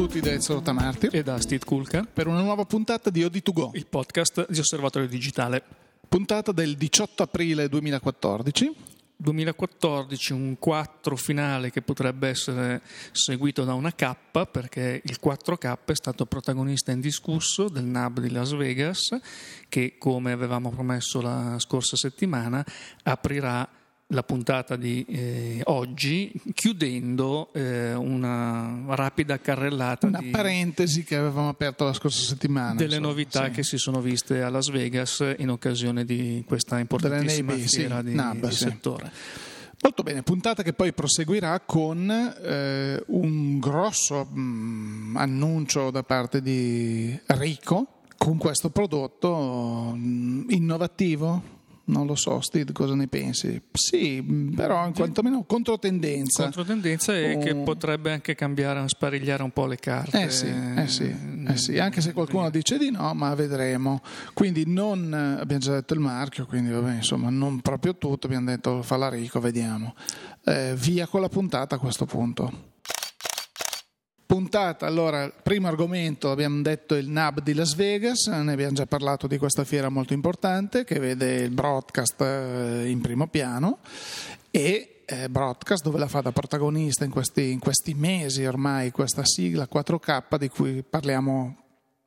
tutti da Ezio Tamartir e da Steve Kulka per una nuova puntata di OD2Go, il podcast di Osservatorio Digitale. Puntata del 18 aprile 2014. 2014, un 4 finale che potrebbe essere seguito da una K, perché il 4K è stato protagonista indiscusso del NAB di Las Vegas, che, come avevamo promesso la scorsa settimana, aprirà la puntata di oggi, chiudendo una rapida carrellata, una parentesi che avevamo aperto la scorsa settimana, delle novità che si sono viste a Las Vegas in occasione di questa importantissima fiera di settore. Molto bene, puntata che poi proseguirà con un grosso annuncio da parte di Ricoh con questo prodotto innovativo. Non lo so, Steve, cosa ne pensi? Sì, però quantomeno controtendenza. Controtendenza e che potrebbe anche cambiare, sparigliare un po' le carte. Sì, anche se qualcuno dice di no, ma vedremo. Quindi non, abbiamo già detto il marchio, quindi vabbè, insomma, non proprio tutto, abbiamo detto fa la Ricoh, vediamo. Via con la puntata a questo punto. Puntata, allora, primo argomento, abbiamo detto il NAB di Las Vegas, ne abbiamo già parlato di questa fiera molto importante che vede il broadcast in primo piano e broadcast dove la fa da protagonista in questi mesi ormai questa sigla 4K di cui parliamo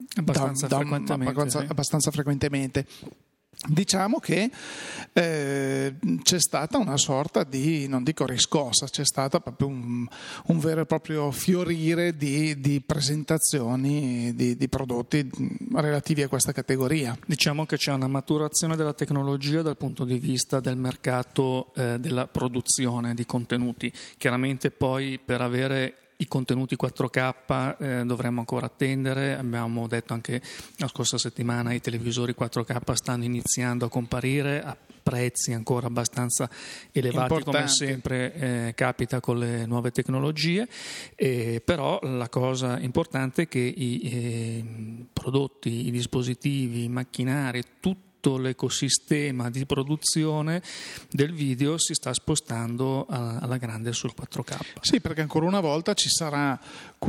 abbastanza frequentemente. Diciamo che c'è stata una sorta di, non dico riscossa, c'è stata proprio un vero e proprio fiorire di presentazioni di prodotti relativi a questa categoria. Diciamo che c'è una maturazione della tecnologia dal punto di vista del mercato della produzione di contenuti. Chiaramente poi per avere i contenuti 4K dovremmo ancora attendere, abbiamo detto anche la scorsa settimana i televisori 4K stanno iniziando a comparire a prezzi ancora abbastanza elevati. Importante. Come sempre capita con le nuove tecnologie, però la cosa importante è che i prodotti, i dispositivi, i macchinari, tutto l'ecosistema di produzione del video si sta spostando alla grande sul 4K. Sì, perché ancora una volta ci sarà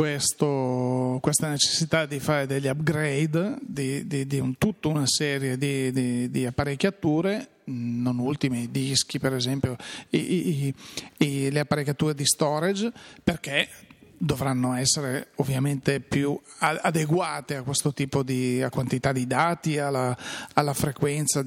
questa necessità di fare degli upgrade di tutta una serie di apparecchiature, non ultimi i dischi per esempio, le apparecchiature di storage, perché dovranno essere ovviamente più adeguate a questo tipo a quantità di dati, alla frequenza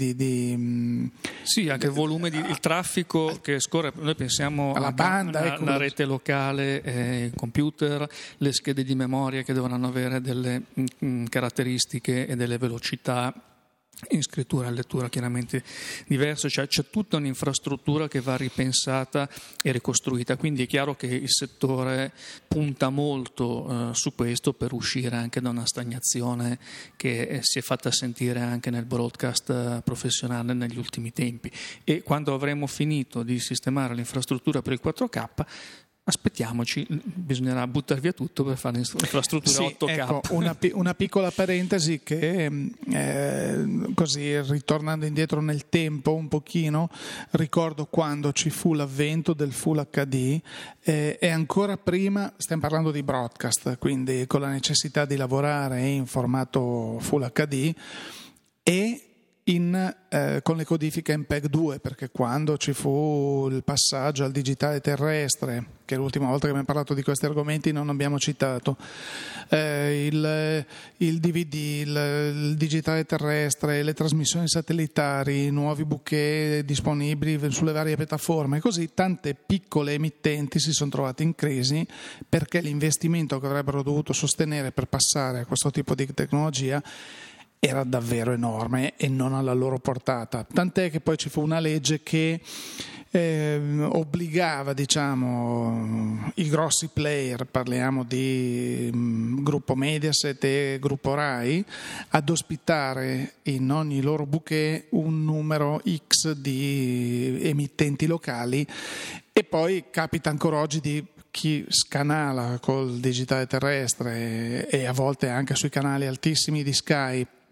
sì, anche il volume il traffico che scorre. Noi pensiamo alla banda, alla rete locale, il computer, le schede di memoria che dovranno avere delle caratteristiche e delle velocità in scrittura e lettura chiaramente diverso, cioè c'è tutta un'infrastruttura che va ripensata e ricostruita, quindi è chiaro che il settore punta molto su questo per uscire anche da una stagnazione che si è fatta sentire anche nel broadcast professionale negli ultimi tempi, e quando avremo finito di sistemare l'infrastruttura per il 4K aspettiamoci, bisognerà buttare via tutto per fare l'infrastruttura 8K. Ecco, una piccola parentesi che così ritornando indietro nel tempo un pochino, ricordo quando ci fu l'avvento del Full HD e ancora prima, stiamo parlando di broadcast, quindi con la necessità di lavorare in formato Full HD e con le codifiche MPEG 2, perché quando ci fu il passaggio al digitale terrestre, che l'ultima volta che abbiamo parlato di questi argomenti non abbiamo citato, il DVD, il digitale terrestre, le trasmissioni satellitari, i nuovi bouquet disponibili sulle varie piattaforme, così tante piccole emittenti si sono trovate in crisi perché l'investimento che avrebbero dovuto sostenere per passare a questo tipo di tecnologia era davvero enorme e non alla loro portata, tant'è che poi ci fu una legge che obbligava, diciamo, i grossi player, parliamo di gruppo Mediaset e gruppo Rai, ad ospitare in ogni loro bouquet un numero X di emittenti locali, e poi capita ancora oggi di chi scanala col digitale terrestre e a volte anche sui canali altissimi di Sky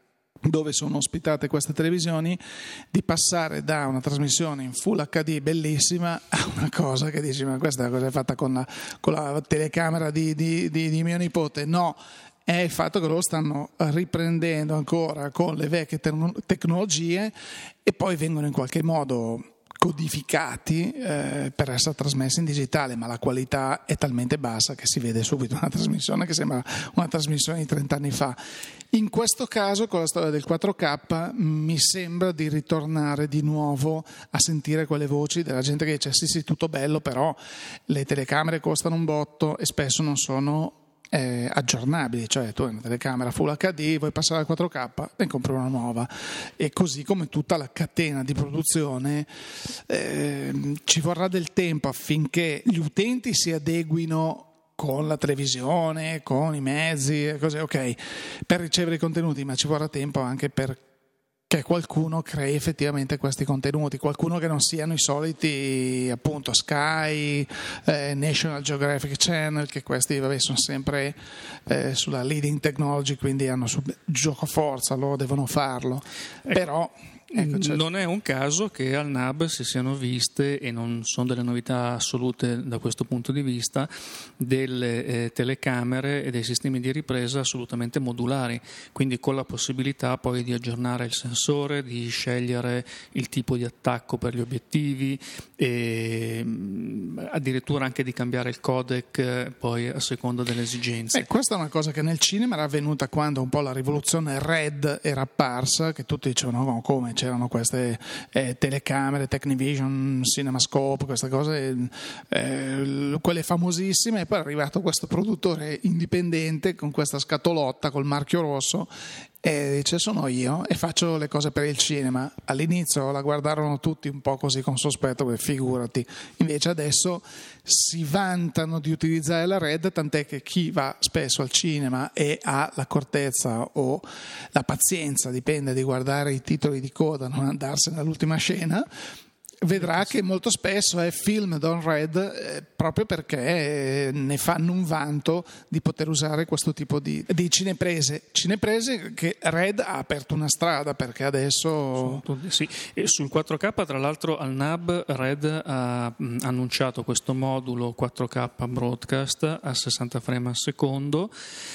dove sono ospitate queste televisioni, di passare da una trasmissione in Full HD bellissima a una cosa che dici: ma questa cosa è fatta con la telecamera di mio nipote? No, è il fatto che loro stanno riprendendo ancora con le vecchie tecnologie e poi vengono in qualche modo codificati per essere trasmessi in digitale, ma la qualità è talmente bassa che si vede subito una trasmissione che sembra una trasmissione di 30 anni fa. In questo caso, con la storia del 4K, mi sembra di ritornare di nuovo a sentire quelle voci della gente che dice: sì, tutto bello, però le telecamere costano un botto e spesso non sono aggiornabili, cioè tu hai una telecamera Full HD, vuoi passare al 4K, ne compri una nuova. E così come tutta la catena di produzione, ci vorrà del tempo affinché gli utenti si adeguino con la televisione, con i mezzi, così, ok, per ricevere i contenuti, ma ci vorrà tempo anche per che qualcuno crei effettivamente questi contenuti, qualcuno che non siano i soliti, appunto, Sky, National Geographic Channel, che questi sono sempre sulla leading technology, quindi hanno gioco forza, loro devono farlo. Però non è un caso che al NAB si siano viste, e non sono delle novità assolute da questo punto di vista, delle telecamere e dei sistemi di ripresa assolutamente modulari, quindi con la possibilità poi di aggiornare il sensore, di scegliere il tipo di attacco per gli obiettivi e addirittura anche di cambiare il codec poi a seconda delle esigenze. Questa è una cosa che nel cinema era avvenuta quando un po' la rivoluzione RED era apparsa, che tutti dicevano: no, come c'erano queste telecamere, Technivision, CinemaScope, queste cose, quelle famosissime, e poi è arrivato questo produttore indipendente con questa scatolotta col marchio rosso e dice: sono io e faccio le cose per il cinema. All'inizio la guardarono tutti un po' così con sospetto, perché figurati. Invece adesso si vantano di utilizzare la RED, tant'è che chi va spesso al cinema e ha l'accortezza o la pazienza, dipende, di guardare i titoli di coda, non andarsene all'ultima scena, vedrà che molto spesso è filmed on RED, proprio perché ne fanno un vanto di poter usare questo tipo di cineprese che RED ha aperto una strada, perché adesso sì. E sul 4K, tra l'altro, al NAB RED ha annunciato questo modulo 4K broadcast a 60 frame al secondo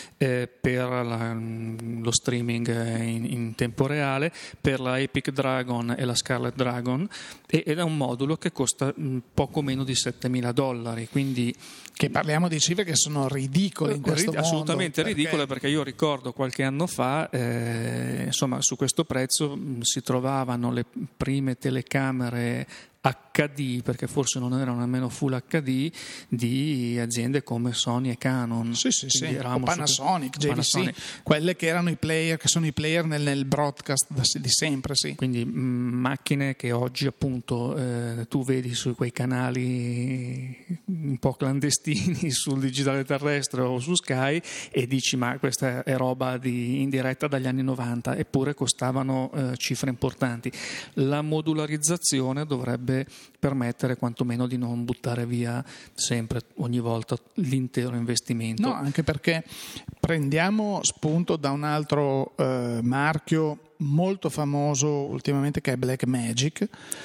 per lo streaming in tempo reale per la Epic Dragon e la Scarlet Dragon, ed è un modulo che costa poco meno di $7.000, quindi che parliamo di cifre che sono ridicole in questo mondo, assolutamente ridicole, perché io ricordo qualche anno fa insomma, su questo prezzo si trovavano le prime telecamere HD, perché forse non erano nemmeno Full HD, di aziende come Sony e Canon, sì, o Panasonic, JVC, quelle che erano i player, che sono i player nel broadcast di sempre, sì. Quindi macchine che oggi appunto tu vedi su quei canali un po' clandestini sul digitale terrestre o su Sky e dici: ma questa è roba in diretta dagli anni 90, eppure costavano cifre importanti. La modularizzazione dovrebbe permettere quantomeno di non buttare via sempre, ogni volta, l'intero investimento. No, anche perché prendiamo spunto da un altro marchio molto famoso ultimamente, che è Blackmagic,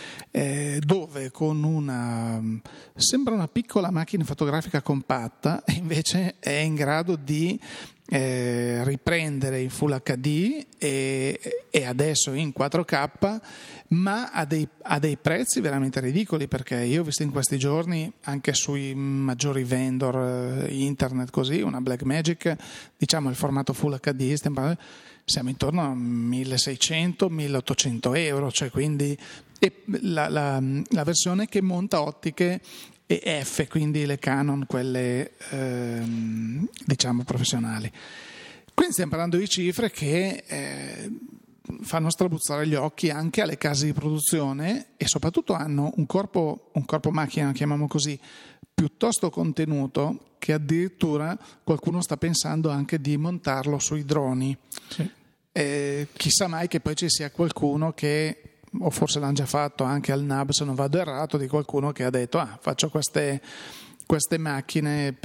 dove con sembra una piccola macchina fotografica compatta, invece è in grado di riprendere in Full HD e adesso in 4K, ma a dei prezzi veramente ridicoli, perché io ho visto in questi giorni anche sui maggiori vendor internet così una Blackmagic, diciamo il formato Full HD, siamo intorno a 1.600-1.800 euro, cioè quindi la versione che monta ottiche EF, quindi le Canon, quelle diciamo professionali. Quindi stiamo parlando di cifre che fanno strabuzzare gli occhi anche alle case di produzione, e soprattutto hanno un corpo macchina, chiamiamo così, piuttosto contenuto, che addirittura qualcuno sta pensando anche di montarlo sui droni. Sì. Chissà mai che poi ci sia qualcuno che, o forse l'hanno già fatto anche al NAB se non vado errato, di qualcuno che ha detto: faccio queste queste macchine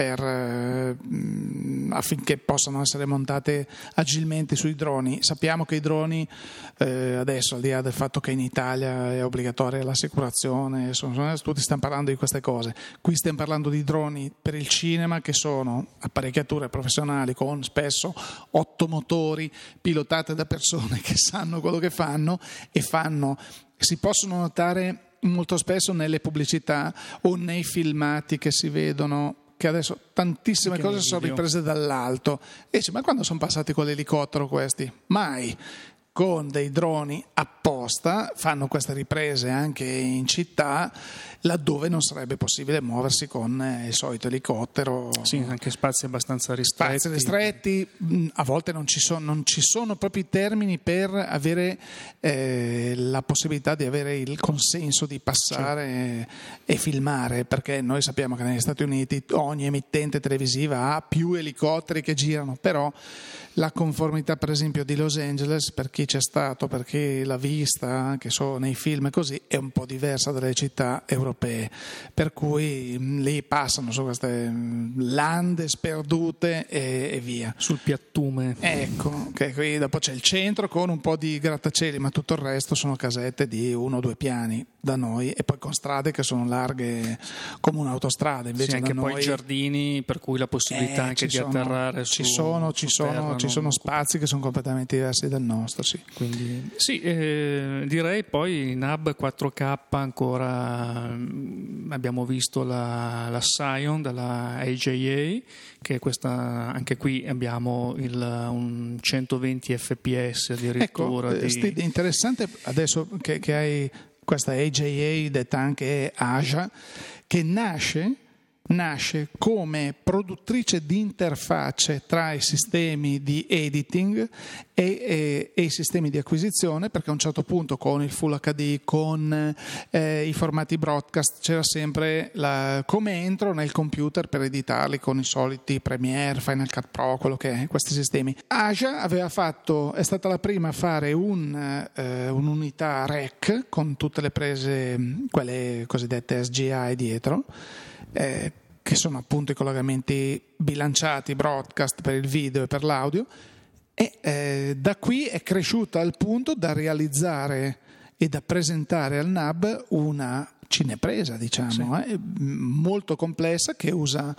affinché possano essere montate agilmente sui droni. Sappiamo che i droni adesso, al di là del fatto che in Italia è obbligatoria l'assicurazione, tutti stanno parlando di queste cose. Qui stiamo parlando di droni per il cinema, che sono apparecchiature professionali con spesso 8 motori, pilotate da persone che sanno quello che fanno e si possono notare molto spesso nelle pubblicità o nei filmati che si vedono, che adesso tantissime anche cose sono riprese dall'alto, e dice: ma quando sono passati con l'elicottero questi? Mai. Con dei droni apposta fanno queste riprese anche in città, laddove non sarebbe possibile muoversi con il solito elicottero. Sì, anche spazi abbastanza ristretti. A volte non ci sono proprio i termini per avere la possibilità di avere il consenso di passare e filmare, perché noi sappiamo che negli Stati Uniti ogni emittente televisiva ha più elicotteri che girano, però la conformità per esempio di Los Angeles, per chi c'è stato, per chi l'ha vista anche solo nei film e così, è un po' diversa dalle città europee, per cui lì passano su queste lande sperdute e via. Sul piattume. Ecco, che qui dopo c'è il centro con un po' di grattacieli, ma tutto il resto sono casette di 1 o 2 piani da noi, e poi con strade che sono larghe come un'autostrada. Invece anche da poi noi giardini, per cui la possibilità anche di atterrare ci sono spazi che sono completamente diversi dal nostro, sì. Quindi sì, direi poi NAB 4K ancora. Abbiamo visto la Scion della AJA, che è questa, anche qui abbiamo un 120 fps addirittura. Ecco, interessante adesso che hai questa AJA, detta anche AJA, che nasce come produttrice di interfacce tra i sistemi di editing e i sistemi di acquisizione, perché a un certo punto con il Full HD, con i formati broadcast, c'era sempre come entro nel computer per editarli con i soliti Premiere, Final Cut Pro, quello che è, questi sistemi. Aja è stata la prima a fare un'unità REC con tutte le prese, quelle cosiddette SGI dietro, che sono appunto i collegamenti bilanciati broadcast per il video e per l'audio, e da qui è cresciuta al punto da realizzare e da presentare al NAB una cinepresa, diciamo, molto complessa, che usa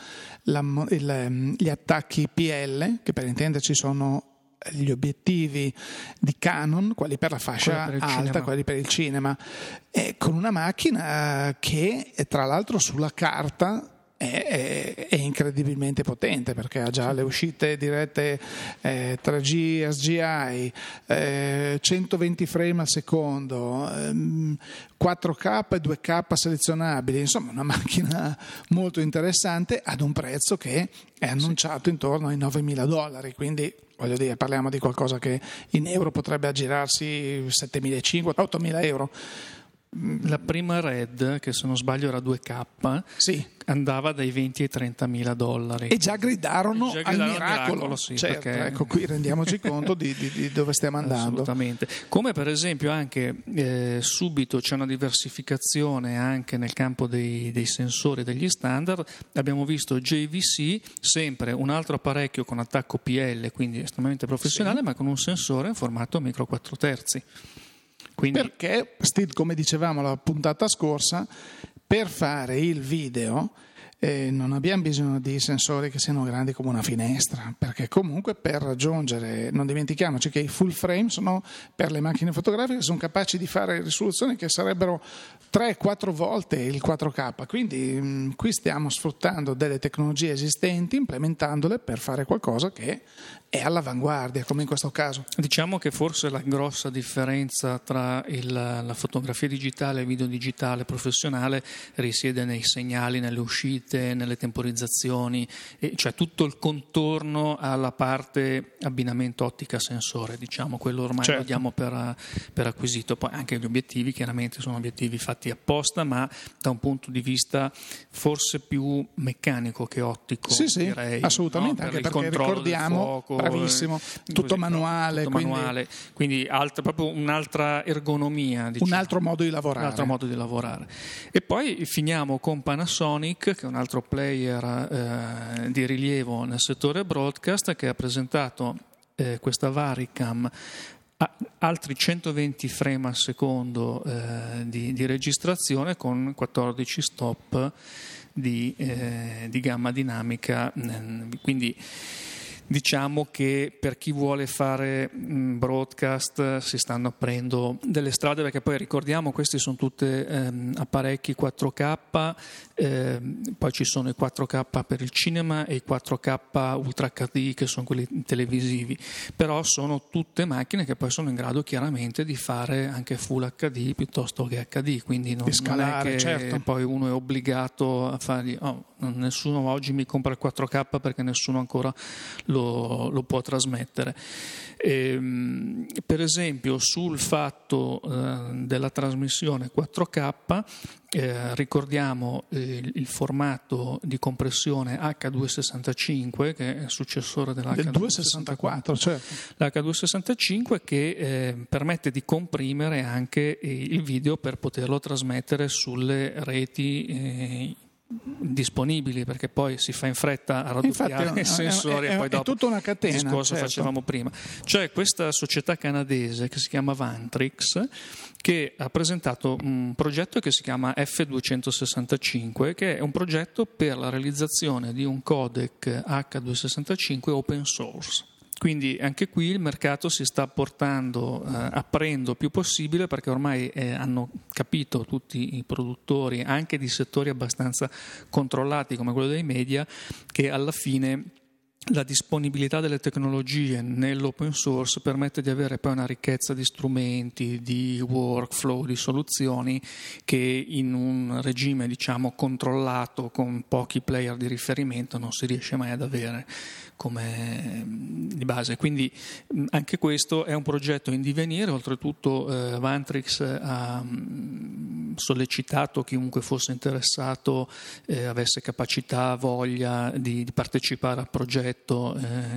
gli attacchi PL, che per intenderci sono gli obiettivi di Canon, quelli per la fascia alta, quelli per il cinema, e con una macchina che tra l'altro sulla carta è incredibilmente potente, perché ha già le uscite dirette 3G SGI, 120 frame al secondo, 4K e 2K selezionabili, insomma una macchina molto interessante ad un prezzo che è annunciato intorno ai $9.000, quindi voglio dire, parliamo di qualcosa che in euro potrebbe aggirarsi 7.500-8.000 euro. La prima Red, che se non sbaglio era 2K, sì, andava dai $20.000 ai $30.000. E già gridarono al miracolo. Sì, certo, perché... ecco, qui rendiamoci conto di dove stiamo andando. Assolutamente. Come per esempio anche subito c'è una diversificazione anche nel campo dei sensori, degli standard. Abbiamo visto JVC, sempre un altro apparecchio con attacco PL, quindi estremamente professionale, sì, ma con un sensore in formato micro 4 terzi. Quindi... Perché, come dicevamo la puntata scorsa, per fare il video non abbiamo bisogno di sensori che siano grandi come una finestra, perché comunque per raggiungere, non dimentichiamoci che i full frame sono, per le macchine fotografiche, sono capaci di fare risoluzioni che sarebbero 3-4 volte il 4K, quindi qui stiamo sfruttando delle tecnologie esistenti, implementandole per fare qualcosa che è all'avanguardia, come in questo caso. Diciamo che forse la grossa differenza tra la fotografia digitale e il video digitale professionale risiede nei segnali, nelle uscite, nelle temporizzazioni, cioè tutto il contorno alla parte abbinamento ottica-sensore, diciamo, quello ormai certo, lo diamo per acquisito. Poi anche gli obiettivi chiaramente sono obiettivi fatti apposta, ma da un punto di vista forse più meccanico che ottico. Sì, direi, assolutamente, no? anche per perché ricordiamo, bravissimo, tutto manuale, quindi proprio un'altra ergonomia, diciamo. Un altro modo di lavorare. E poi finiamo con Panasonic, che è un altro player di rilievo nel settore broadcast, che ha presentato questa Varicam altri 120 frame al secondo di registrazione con 14 stop di gamma dinamica, quindi diciamo che per chi vuole fare broadcast si stanno aprendo delle strade, perché poi ricordiamo questi sono tutti apparecchi 4K, poi ci sono i 4K per il cinema e i 4K Ultra HD che sono quelli televisivi, però sono tutte macchine che poi sono in grado chiaramente di fare anche Full HD piuttosto che HD, quindi non scalare, è che certo. poi uno è obbligato a fargli nessuno oggi mi compra il 4K perché nessuno ancora lo può trasmettere. Per esempio sul fatto della trasmissione 4K, ricordiamo il formato di compressione H265 che è il successore del dell'H264, certo. L'H265 che permette di comprimere anche il video per poterlo trasmettere sulle reti disponibili, perché poi si fa in fretta a raddoppiare i sensori e poi dopo è tutta una catena, il discorso certo. facevamo prima. C'è questa società canadese che si chiama Vantrix che ha presentato un progetto che si chiama F265, che è un progetto per la realizzazione di un codec H265 open source. Quindi anche qui il mercato si sta portando, aprendo più possibile, perché ormai hanno capito tutti i produttori, anche di settori abbastanza controllati come quello dei media, che alla fine la disponibilità delle tecnologie nell'open source permette di avere poi una ricchezza di strumenti, di workflow, di soluzioni che in un regime diciamo controllato con pochi player di riferimento non si riesce mai ad avere come di base. Quindi anche questo è un progetto in divenire. Oltretutto Vantrix ha sollecitato chiunque fosse interessato, avesse capacità, voglia di partecipare al progetto,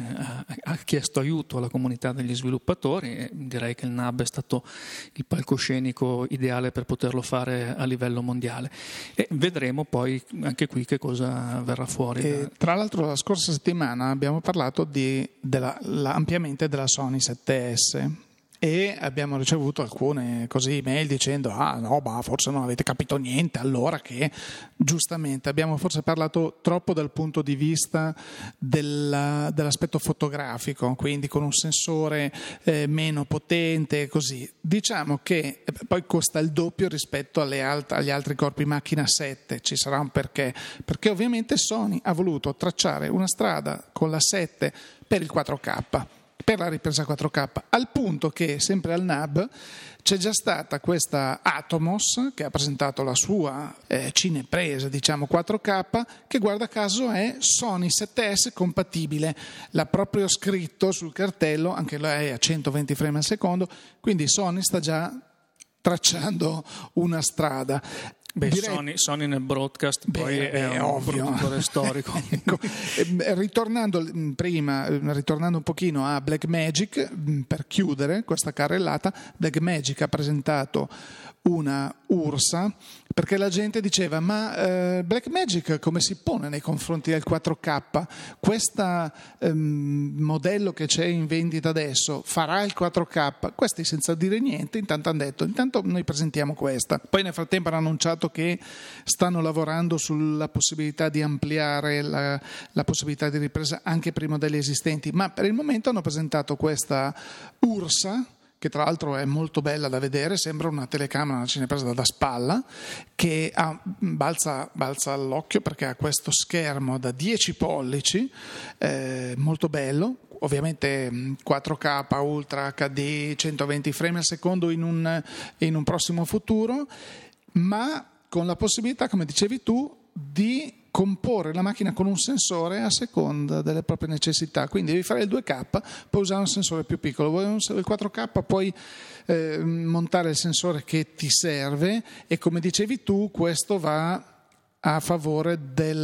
ha chiesto aiuto alla comunità degli sviluppatori e direi che il NAB è stato il palcoscenico ideale per poterlo fare a livello mondiale, e vedremo poi anche qui che cosa verrà fuori. Tra l'altro la scorsa settimana abbiamo parlato ampiamente della Sony 7S e abbiamo ricevuto alcune email dicendo forse non avete capito niente, allora che giustamente abbiamo forse parlato troppo dal punto di vista dell'aspetto fotografico, quindi con un sensore meno potente, così. Diciamo che poi costa il doppio rispetto agli altri corpi macchina 7, ci sarà un perché ovviamente Sony ha voluto tracciare una strada con la 7 per il 4K, per la ripresa 4K, al punto che sempre al NAB c'è già stata questa Atomos che ha presentato la sua cinepresa, diciamo 4K, che guarda caso è Sony 7S compatibile, l'ha proprio scritto sul cartello, anche lei a 120 frame al secondo, quindi Sony sta già tracciando una strada. Sony nel broadcast poi è un produttore storico. Ecco, ritornando un pochino a Blackmagic, per chiudere questa carrellata, Blackmagic ha presentato una Ursa, perché la gente diceva Blackmagic come si pone nei confronti del 4K? Questo modello che c'è in vendita adesso farà il 4K? Questi senza dire niente intanto hanno detto noi presentiamo questa. Poi nel frattempo hanno annunciato che stanno lavorando sulla possibilità di ampliare la possibilità di ripresa anche per i modelli esistenti, ma per il momento hanno presentato questa Ursa, che tra l'altro è molto bella da vedere, sembra una telecamera, una cinepresa da spalla, che balza all'occhio perché ha questo schermo da 10 pollici, molto bello, ovviamente 4K, Ultra HD, 120 frame al secondo in un prossimo futuro, ma con la possibilità, come dicevi tu, di comporre la macchina con un sensore a seconda delle proprie necessità. Quindi devi fare il 2K, puoi usare un sensore più piccolo, vuoi il 4K, puoi montare il sensore che ti serve, e come dicevi tu questo va a favore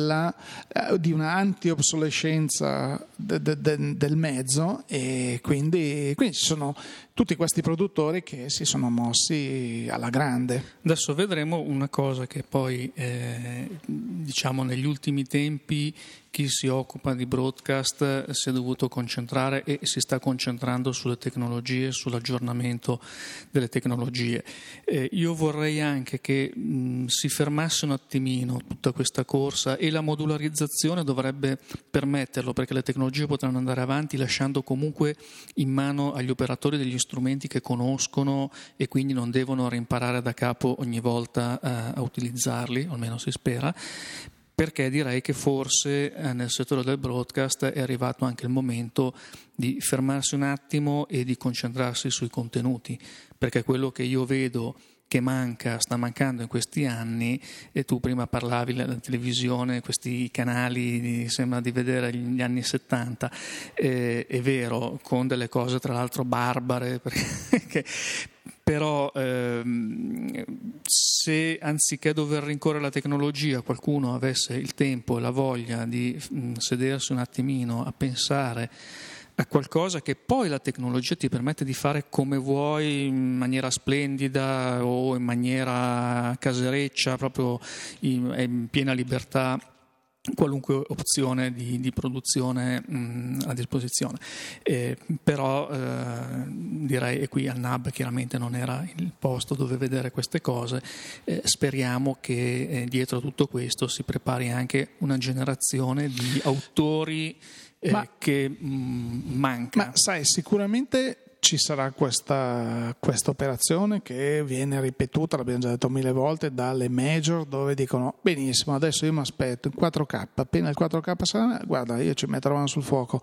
di una anti-obsolescenza del mezzo, e quindi ci sono tutti questi produttori che si sono mossi alla grande. Adesso vedremo una cosa che poi, diciamo, negli ultimi tempi chi si occupa di broadcast si è dovuto concentrare e si sta concentrando sulle tecnologie, sull'aggiornamento delle tecnologie. Io vorrei anche che si fermasse un attimino tutta questa corsa, e la modularizzazione dovrebbe permetterlo, perché le tecnologie potranno andare avanti lasciando comunque in mano agli operatori degli strumenti che conoscono e quindi non devono rimparare da capo ogni volta a utilizzarli, o almeno si spera. Perché direi che forse nel settore del broadcast è arrivato anche il momento di fermarsi un attimo e di concentrarsi sui contenuti, perché quello che io vedo che sta mancando in questi anni, e tu prima parlavi della televisione, questi canali, sembra di vedere gli anni 70, è vero, con delle cose tra l'altro barbare, perché però se anziché dover rincorrere la tecnologia qualcuno avesse il tempo e la voglia di sedersi un attimino a pensare a qualcosa che poi la tecnologia ti permette di fare come vuoi, in maniera splendida o in maniera casereccia, proprio in piena libertà, qualunque opzione di produzione a disposizione, però direi, e qui al NAB chiaramente non era il posto dove vedere queste cose, speriamo che dietro a tutto questo si prepari anche una generazione di autori che manca. Ma sai, sicuramente ci sarà questa operazione che viene ripetuta, l'abbiamo già detto 1000 volte, dalle major, dove dicono benissimo, adesso io mi aspetto in 4K, appena il 4K sarà, guarda, io ci metto la mano sul fuoco.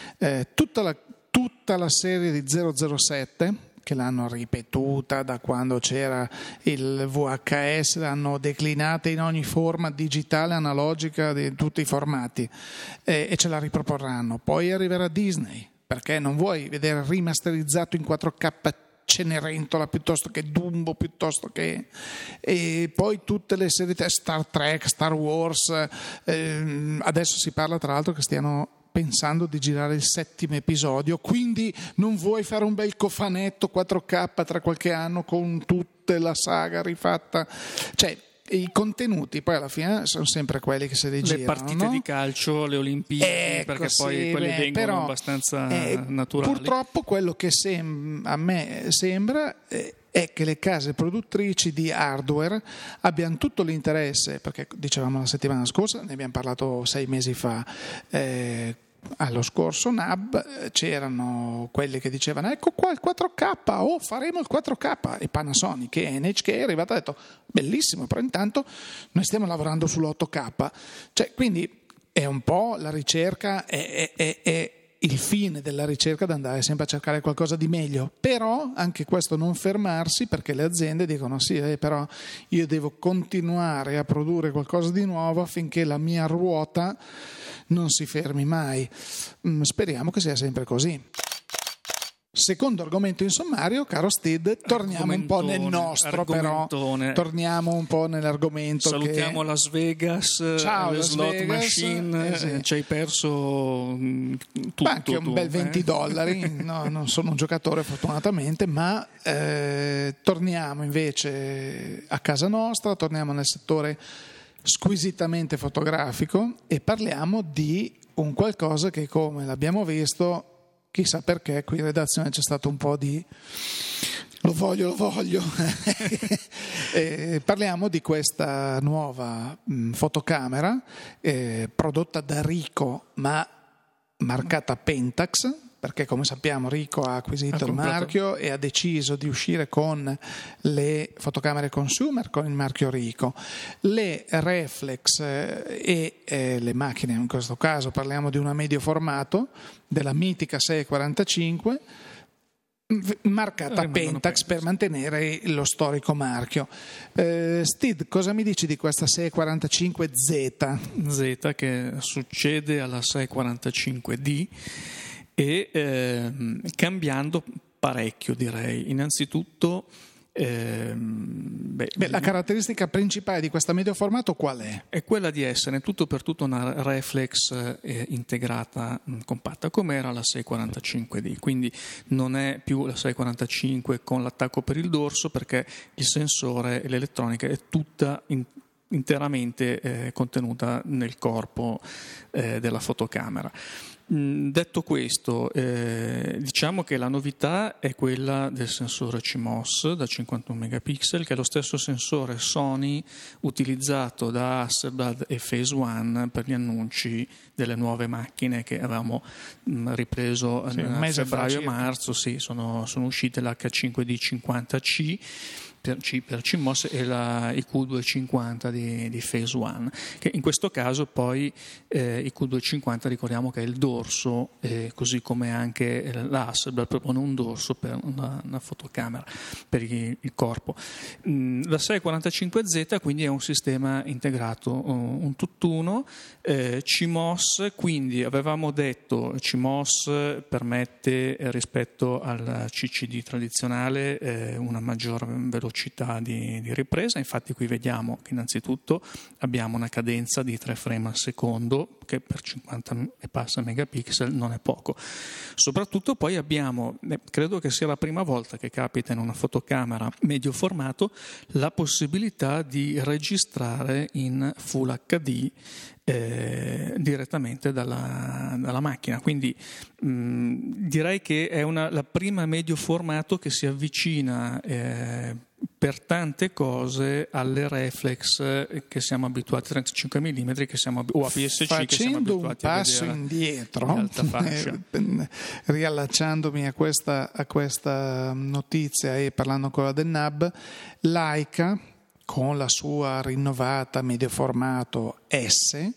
Tutta la serie di 007 che l'hanno ripetuta da quando c'era il VHS, l'hanno declinata in ogni forma digitale, analogica, di tutti i formati, e ce la riproporranno. Poi arriverà Disney, perché non vuoi vedere rimasterizzato in 4K Cenerentola piuttosto che Dumbo, piuttosto che, e poi tutte le serie Star Trek, Star Wars, adesso si parla tra l'altro che stiano pensando di girare il 7° episodio, quindi non vuoi fare un bel cofanetto 4K tra qualche anno con tutta la saga rifatta, cioè i contenuti poi alla fine sono sempre quelli che si rigirano, le partite, no? Di calcio, le Olimpiadi, ecco, perché poi quelli vengono però, abbastanza naturali. Purtroppo quello che a me sembra è che le case produttrici di hardware abbiano tutto l'interesse, perché dicevamo la settimana scorsa, ne abbiamo parlato 6 mesi fa, allo scorso NAB c'erano quelli che dicevano ecco qua il 4K, faremo il 4K, e Panasonic e NHK è arrivata e ha detto bellissimo, però intanto noi stiamo lavorando sull'8K, cioè, quindi è un po' la ricerca, è il fine della ricerca ad andare sempre a cercare qualcosa di meglio, però anche questo non fermarsi, perché le aziende dicono sì, però io devo continuare a produrre qualcosa di nuovo affinché la mia ruota non si fermi mai. Speriamo che sia sempre così. Secondo argomento in sommario, caro Steve, torniamo un po' nel nostro, però torniamo un po' nell'argomento. Salutiamo che... Las Vegas, ciao, le Las slot Vegas, machine, sì. Ci hai perso tutto. Ma anche un bel $20, no, non sono un giocatore fortunatamente, ma torniamo invece a casa nostra, torniamo nel settore squisitamente fotografico e parliamo di un qualcosa che, come l'abbiamo visto, chissà perché qui in redazione c'è stato un po' di lo voglio parliamo di questa nuova fotocamera prodotta da Ricoh ma marcata Pentax, perché come sappiamo Ricoh ha acquisito il marchio e ha deciso di uscire con le fotocamere consumer con il marchio Ricoh. Le reflex e le macchine, in questo caso parliamo di una medio formato della mitica 645 marcata Pentax per mantenere lo storico marchio. Steve, cosa mi dici di questa 645Z? Z che succede alla 645D e cambiando parecchio, direi. Innanzitutto La caratteristica principale di questa medio formato qual è? È quella di essere tutto per tutto una reflex integrata compatta, come era la 645D, quindi non è più la 645 con l'attacco per il dorso, perché il sensore e l'elettronica è tutta interamente contenuta nel corpo della fotocamera. Detto questo, diciamo che la novità è quella del sensore CMOS da 51 megapixel, che è lo stesso sensore Sony utilizzato da Hasselblad e Phase One per gli annunci delle nuove macchine che avevamo ripreso a febbraio e marzo. Sì, sono uscite l'H5D50C per CMOS e i Q250 di Phase One, che in questo caso poi i Q250 ricordiamo che è il dorso, così come anche la Hasselblad propone un dorso per una fotocamera per il corpo. La 645Z quindi è un sistema integrato, un tutt'uno, CMOS, quindi avevamo detto CMOS permette rispetto al CCD tradizionale una maggior velocità di ripresa. Infatti qui vediamo che innanzitutto abbiamo una cadenza di 3 frame al secondo, che per 50 e passa megapixel non è poco. Soprattutto poi abbiamo, credo che sia la prima volta che capita in una fotocamera medio formato, la possibilità di registrare in Full HD direttamente dalla macchina, quindi direi che è la prima medio formato che si avvicina per tante cose alle reflex che siamo abituati, 35 mm o APS-C che siamo abituati a vedere. Facendo un passo indietro, riallacciandomi a questa notizia e parlando ancora del NAB, Leica con la sua rinnovata medio formato S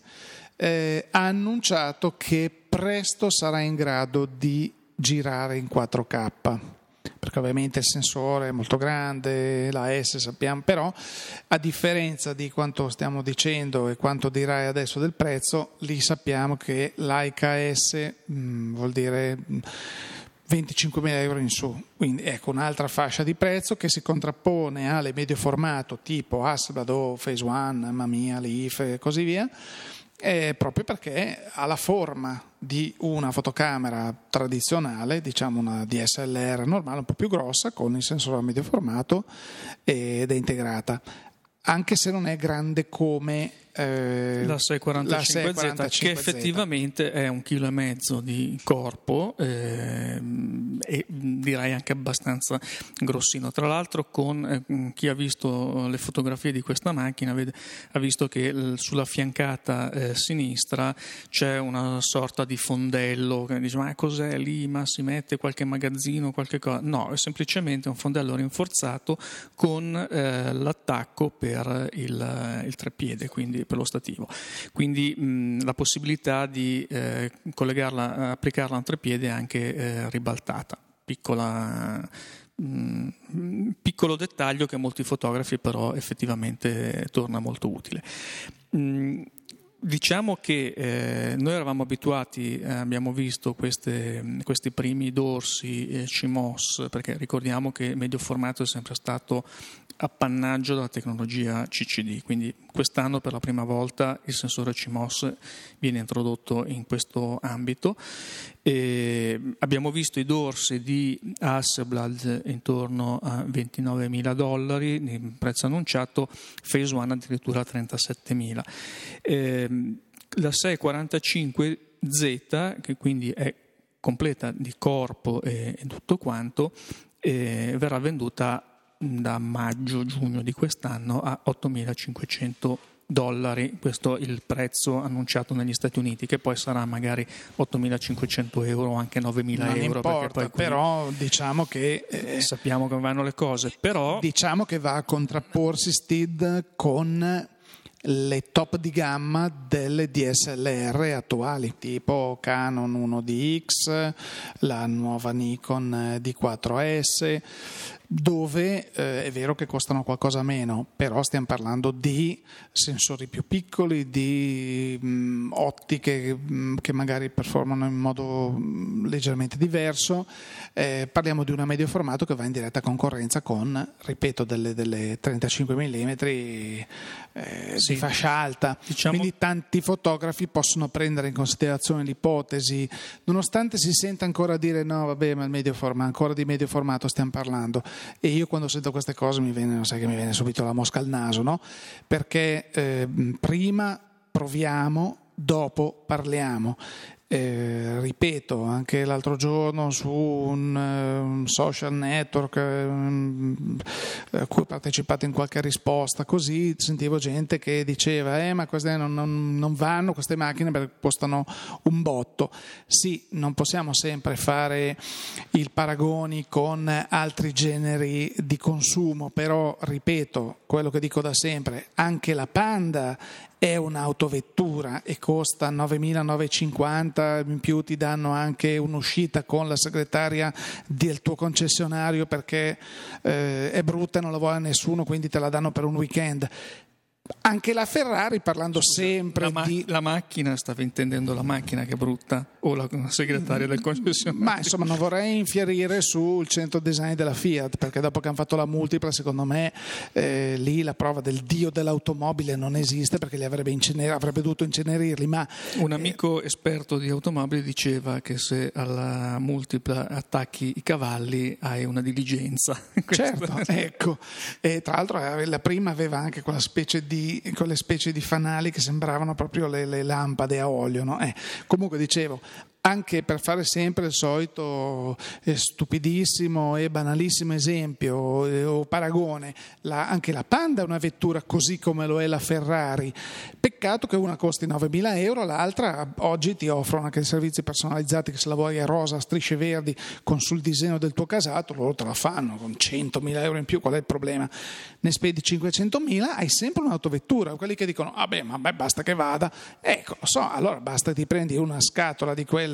ha annunciato che presto sarà in grado di girare in 4K, perché ovviamente il sensore è molto grande, la S sappiamo, però a differenza di quanto stiamo dicendo e quanto dirai adesso del prezzo, lì sappiamo che Leica S vuol dire 25.000 euro in su, quindi ecco un'altra fascia di prezzo che si contrappone alle medio formato tipo Hasselblad o Phase One, mamma mia, Leaf e così via, proprio perché ha la forma di una fotocamera tradizionale, diciamo una DSLR normale, un po' più grossa, con il sensore a medio formato ed è integrata, anche se non è grande come la 645Z, che effettivamente è 1,5 kg di corpo e direi anche abbastanza grossino. Tra l'altro, con chi ha visto le fotografie di questa macchina ha visto che sulla fiancata sinistra c'è una sorta di fondello che dice: ma cos'è lì? Ma si mette qualche magazzino, qualche cosa? No, è semplicemente un fondello rinforzato con l'attacco per il treppiede, quindi per lo stativo, quindi la possibilità di collegarla, applicarla a un treppiede anche ribaltata, piccolo dettaglio che molti fotografi però effettivamente torna molto utile. Diciamo che noi eravamo abituati, abbiamo visto questi primi dorsi CMOS, perché ricordiamo che il medio formato è sempre stato appannaggio della tecnologia CCD, quindi quest'anno per la prima volta il sensore CMOS viene introdotto in questo ambito. Abbiamo visto i dorsi di Hasselblad intorno a $29.000 di prezzo annunciato, Phase One addirittura $37.000. La 645Z, che quindi è completa di corpo e tutto quanto, verrà venduta da maggio-giugno di quest'anno a $8.500. Questo è il prezzo annunciato negli Stati Uniti, che poi sarà magari 8.500 euro o anche 9.000 non euro. Importa, perché poi però diciamo che sappiamo come vanno le cose. Però diciamo che va a contrapporsi STID con le top di gamma delle DSLR attuali, tipo Canon 1DX, la nuova Nikon D4S. dove è vero che costano qualcosa meno, però stiamo parlando di sensori più piccoli, di ottiche che magari performano in modo leggermente diverso. Parliamo di una medio formato che va in diretta concorrenza con, ripeto, delle 35 mm di fascia alta. Quindi tanti fotografi possono prendere in considerazione l'ipotesi, nonostante si senta ancora dire no vabbè, ma il medio formato, ancora di medio formato stiamo parlando, e io quando sento queste cose mi viene subito la mosca al naso, no? Perché prima proviamo, dopo parliamo. Ripeto, anche l'altro giorno su un social network a cui ho partecipato in qualche risposta, così sentivo gente che diceva ma queste non vanno queste macchine perché costano un botto. Sì, non possiamo sempre fare il paragoni con altri generi di consumo, però ripeto quello che dico da sempre, anche la Panda è un'autovettura e costa 9.950, in più ti danno anche un'uscita con la segretaria del tuo concessionario perché è brutta e non la vuole nessuno, quindi te la danno per un weekend. Anche la Ferrari, parlando sempre di... La macchina, stavi intendendo la macchina che è brutta o la segretaria del concessionario? Ma insomma non vorrei infierire sul centro design della Fiat, perché dopo che hanno fatto la multipla secondo me lì la prova del dio dell'automobile non esiste, perché li avrebbe dovuto incenerirli. Ma un amico esperto di automobili diceva che se alla multipla attacchi i cavalli hai una diligenza. Certo, ecco. E tra l'altro la prima aveva anche quelle specie di fanali che sembravano proprio le lampade a olio, no? Comunque dicevo, anche per fare sempre il solito stupidissimo e banalissimo esempio o paragone, anche la Panda è una vettura così come lo è la Ferrari. Peccato che una costi 9.000 euro, l'altra oggi ti offrono anche servizi personalizzati, che se la vuoi a rosa, a strisce verdi, con sul disegno del tuo casato, loro te la fanno con 100.000 euro in più. Qual è il problema? Ne spedi 500.000, hai sempre un'autovettura. Quelli che dicono basta che vada, ecco, lo so, allora basta ti prendi una scatola di quelle,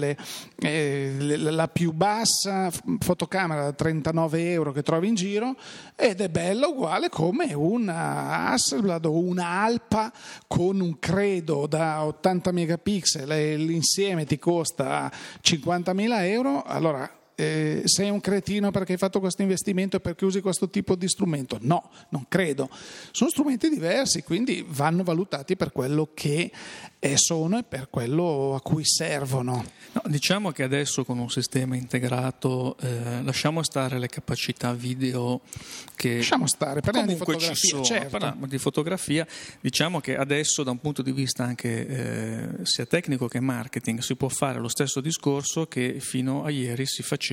la più bassa fotocamera da 39 euro che trovi in giro, ed è bella uguale come una Hasselblad o una Alpa con un credo da 80 megapixel, l'insieme ti costa 50.000 euro. Allora sei un cretino perché hai fatto questo investimento e perché usi questo tipo di strumento? No, non credo. Sono strumenti diversi, quindi vanno valutati per quello che sono e per quello a cui servono. No, diciamo che adesso con un sistema integrato lasciamo stare le capacità video che lasciamo stare, parliamo di comunque fotografia, ci sono, certo. Parliamo di fotografia. Diciamo che adesso da un punto di vista anche sia tecnico che marketing si può fare lo stesso discorso che fino a ieri si faceva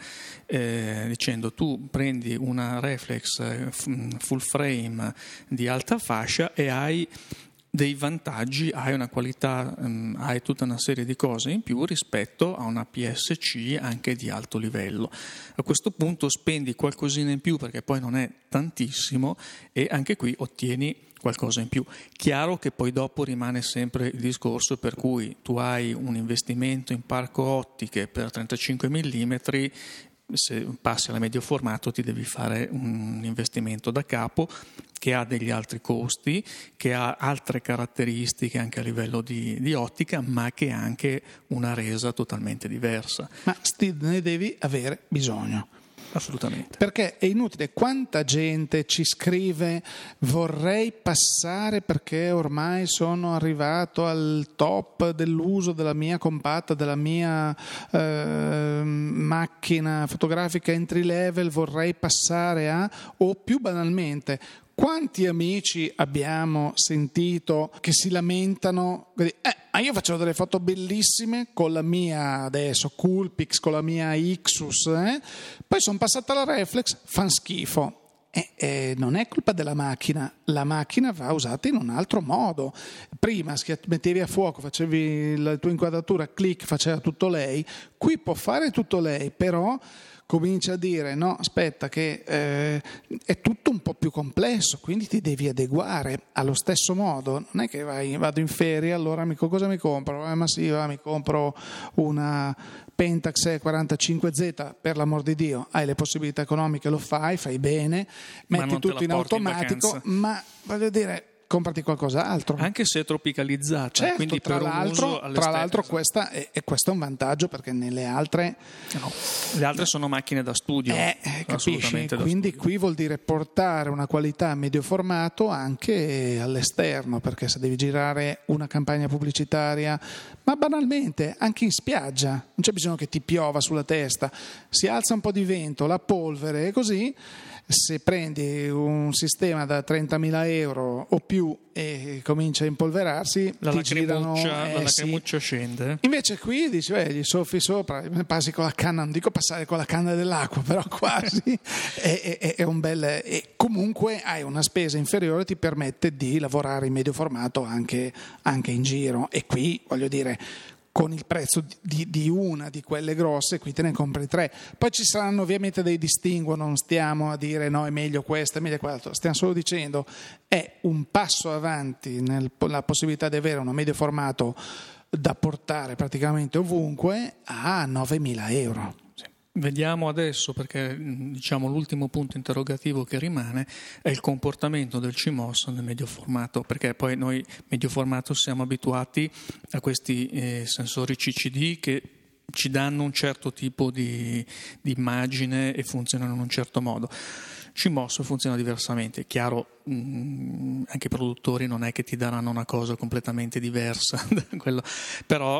dicendo tu prendi una reflex full frame di alta fascia e hai dei vantaggi, hai una qualità, hai tutta una serie di cose in più rispetto a una PSC anche di alto livello. A questo punto spendi qualcosina in più perché poi non è tantissimo e anche qui ottieni qualcosa in più. Chiaro che poi dopo rimane sempre il discorso per cui tu hai un investimento in parco ottiche per 35 mm, se passi alla medio formato ti devi fare un investimento da capo che ha degli altri costi, che ha altre caratteristiche anche a livello di ottica, ma che ha anche una resa totalmente diversa. Ma ne devi avere bisogno. Assolutamente. Perché è inutile, quanta gente ci scrive vorrei passare perché ormai sono arrivato al top dell'uso della mia compatta, della mia macchina fotografica entry level, vorrei passare a, o più banalmente, quanti amici abbiamo sentito che si lamentano, ma io faccio delle foto bellissime con la mia adesso Coolpix, con la mia Ixus, poi sono passata alla reflex, fan schifo. Non è colpa della macchina, la macchina va usata in un altro modo. Prima mettevi a fuoco, facevi la tua inquadratura, clic, faceva tutto lei, qui può fare tutto lei, però comincia a dire no, aspetta che è tutto un po' più complesso, quindi ti devi adeguare. Allo stesso modo non è che vado in ferie, allora cosa mi compro? Ma sì, mi compro una Pentax 45Z, per l'amor di Dio, hai le possibilità economiche, lo fai bene, metti tutto in automatico, ma voglio dire, comprati qualcos'altro. Anche se è tropicalizzata, certo, quindi tra l'altro questo è un vantaggio, perché nelle altre le altre sono macchine da studio, capisci? Quindi qui vuol dire portare una qualità medio formato anche all'esterno, perché se devi girare una campagna pubblicitaria, ma banalmente anche in spiaggia, non c'è bisogno che ti piova sulla testa, si alza un po' di vento, la polvere e così. Se prendi un sistema da 30.000 euro o più e comincia a impolverarsi, la lacrimuccia scende. Invece qui dici, gli soffi sopra, passi con la canna, non dico passare con la canna dell'acqua, però quasi è un bel. E comunque hai una spesa inferiore, ti permette di lavorare in medio formato anche in giro. E qui voglio dire, con il prezzo di una di quelle grosse, qui te ne compri 3. Poi ci saranno ovviamente dei distinguo, non stiamo a dire no, è meglio questo, è meglio quell'altro, stiamo solo dicendo è un passo avanti nella possibilità di avere un medio formato da portare praticamente ovunque a 9.000 euro. Vediamo adesso, perché diciamo l'ultimo punto interrogativo che rimane è il comportamento del CMOS nel medio formato, perché poi noi medio formato siamo abituati a questi sensori CCD che ci danno un certo tipo di immagine e funzionano in un certo modo. CMOS funziona diversamente, è chiaro, anche i produttori non è che ti daranno una cosa completamente diversa da quello, però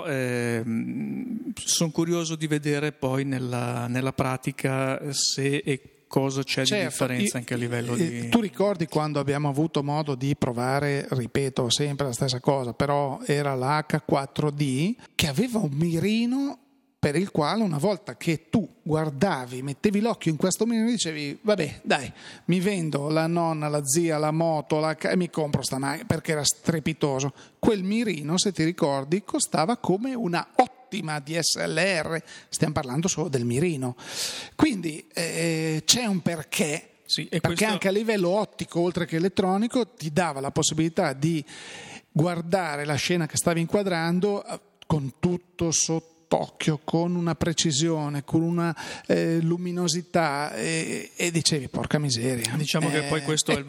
sono curioso di vedere poi nella pratica se e cosa c'è di differenza anche a livello di. Tu ricordi quando abbiamo avuto modo di provare, ripeto sempre la stessa cosa, però era la H4D che aveva un mirino per il quale una volta che tu guardavi, mettevi l'occhio in questo mirino, dicevi vabbè dai, mi vendo la nonna, la zia, la moto e mi compro sta macchina, perché era strepitoso. Quel mirino, se ti ricordi, costava come una ottima DSLR, stiamo parlando solo del mirino, quindi c'è un perché. Sì, perché anche a livello ottico, oltre che elettronico, ti dava la possibilità di guardare la scena che stavi inquadrando con tutto sott'occhio, con una precisione, con una luminosità e dicevi porca miseria. Diciamo che poi questo è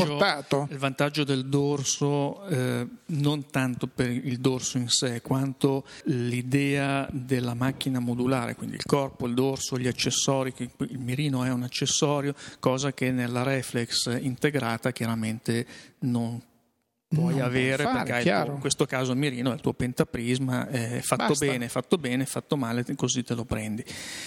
il vantaggio del dorso, non tanto per il dorso in sé quanto l'idea della macchina modulare, quindi il corpo, il dorso, gli accessori, il mirino è un accessorio, cosa che nella reflex integrata chiaramente non puoi avere, perché in questo caso il mirino è il tuo pentaprisma, fatto bene, fatto male, così te lo prendi.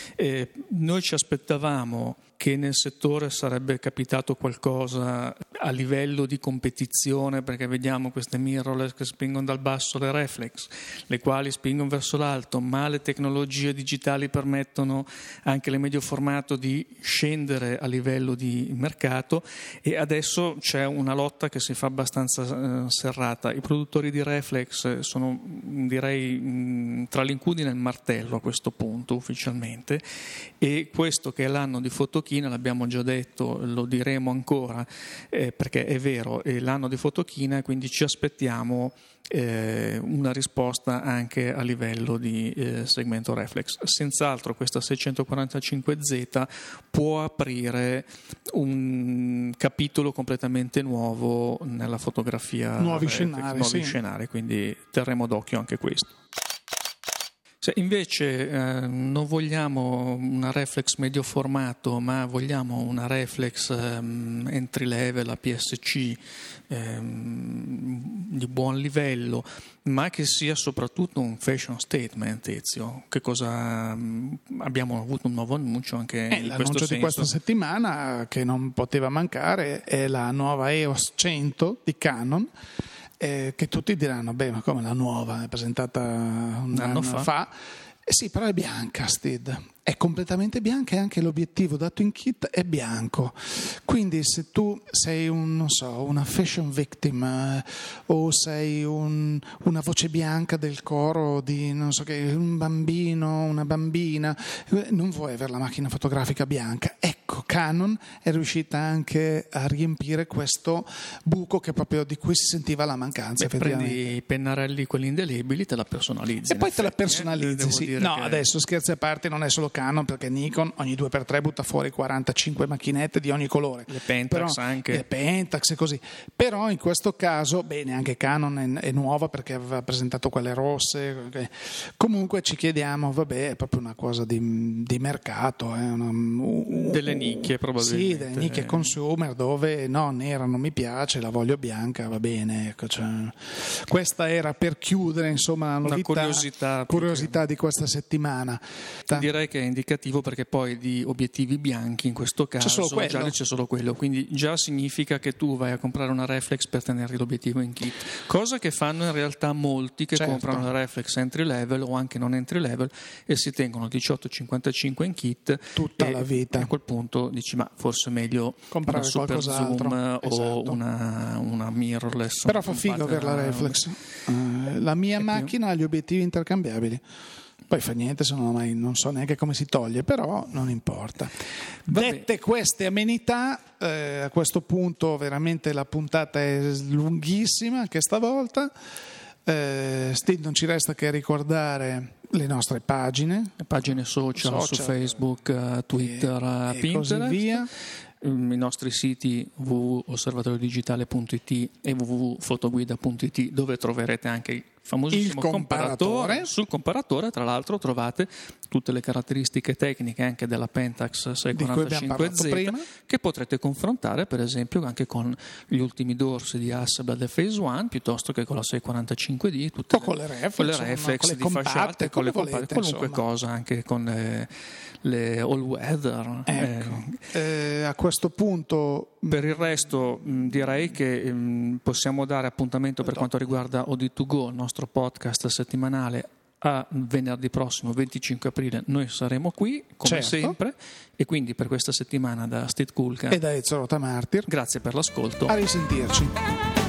Noi ci aspettavamo che nel settore sarebbe capitato qualcosa a livello di competizione, perché vediamo queste mirrorless che spingono dal basso le reflex, le quali spingono verso l'alto, ma le tecnologie digitali permettono anche le medio formato di scendere a livello di mercato, e adesso c'è una lotta che si fa abbastanza serrata. I produttori di reflex sono, direi, tra l'incudine e il martello a questo punto ufficialmente, e questo che è l'anno di Fotochina, l'abbiamo già detto, lo diremo ancora, perché è vero, è l'anno di Fotochina, quindi ci aspettiamo una risposta anche a livello di segmento reflex. Senz'altro questa 645Z può aprire un capitolo completamente nuovo nella fotografia, nuovi scenari, quindi terremo d'occhio anche questo. Se invece non vogliamo una reflex medio formato, ma vogliamo una reflex entry level, APS-C, di buon livello, ma che sia soprattutto un fashion statement, Ezio, che cosa abbiamo avuto un nuovo annuncio anche in questo senso. L'annuncio di questa settimana che non poteva mancare è la nuova EOS 100 di Canon, che tutti diranno, beh, ma come la nuova, è presentata un anno fa. Sì, però è bianca, Steed. È completamente bianca e anche l'obiettivo dato in kit è bianco. Quindi se tu sei una fashion victim o sei una voce bianca del coro di un bambino, una bambina, non vuoi avere la macchina fotografica bianca. Ecco, Canon è riuscita anche a riempire questo buco che proprio di cui si sentiva la mancanza. Prendi i pennarelli, quelli indelebili, te la personalizzi. E poi te la personalizzi, sì. No, adesso scherzi a parte, non è solo Canon, perché Nikon ogni 2x3 butta fuori 45 macchinette di ogni colore. Le Pentax anche. Le Pentax e così. Però in questo caso, bene, anche Canon è nuova perché aveva presentato quelle rosse. Comunque ci chiediamo, vabbè, è proprio una cosa di mercato. Delle nicchie probabilmente. Sì, delle nicchie consumer dove no, nera non mi piace, la voglio bianca, va bene. Ecco, questa era per chiudere, insomma, la novità, una curiosità di questa settimana. Direi che è indicativo perché poi di obiettivi bianchi in questo caso già c'è solo quello, quindi già significa che tu vai a comprare una reflex per tenere l'obiettivo in kit, cosa che fanno in realtà molti che comprano la reflex entry level o anche non entry level e si tengono 18-55 in kit tutta la vita. A quel punto dici ma forse è meglio comprare una super zoom o una mirrorless, però fa figo avere la reflex. La mia macchina ha gli obiettivi intercambiabili. Poi fa niente, se non so neanche come si toglie, però non importa. Dette queste amenità, a questo punto veramente la puntata è lunghissima anche stavolta. Steve, non ci resta che ricordare le nostre pagine social su Facebook, Twitter, e Pinterest, così via. I nostri siti www.osservatoriodigitale.it e www.fotoguida.it, dove troverete anche il famosissimo comparatore. Sul comparatore, tra l'altro, trovate tutte le caratteristiche tecniche anche della Pentax 645Z che potrete confrontare per esempio anche con gli ultimi dorsi di Hasselblad Phase 1 piuttosto che con la 645D, tutte con le reflex di fascia alta, con le compatte, qualunque cosa, anche con le all weather. Ecco. A questo punto per il resto direi che possiamo dare appuntamento per quanto riguarda OD2Go, il nostro podcast settimanale, a venerdì prossimo 25 aprile. Noi saremo qui come sempre, e quindi per questa settimana da Steve Kulka e da Ezio Rotamartir, grazie per l'ascolto, a risentirci.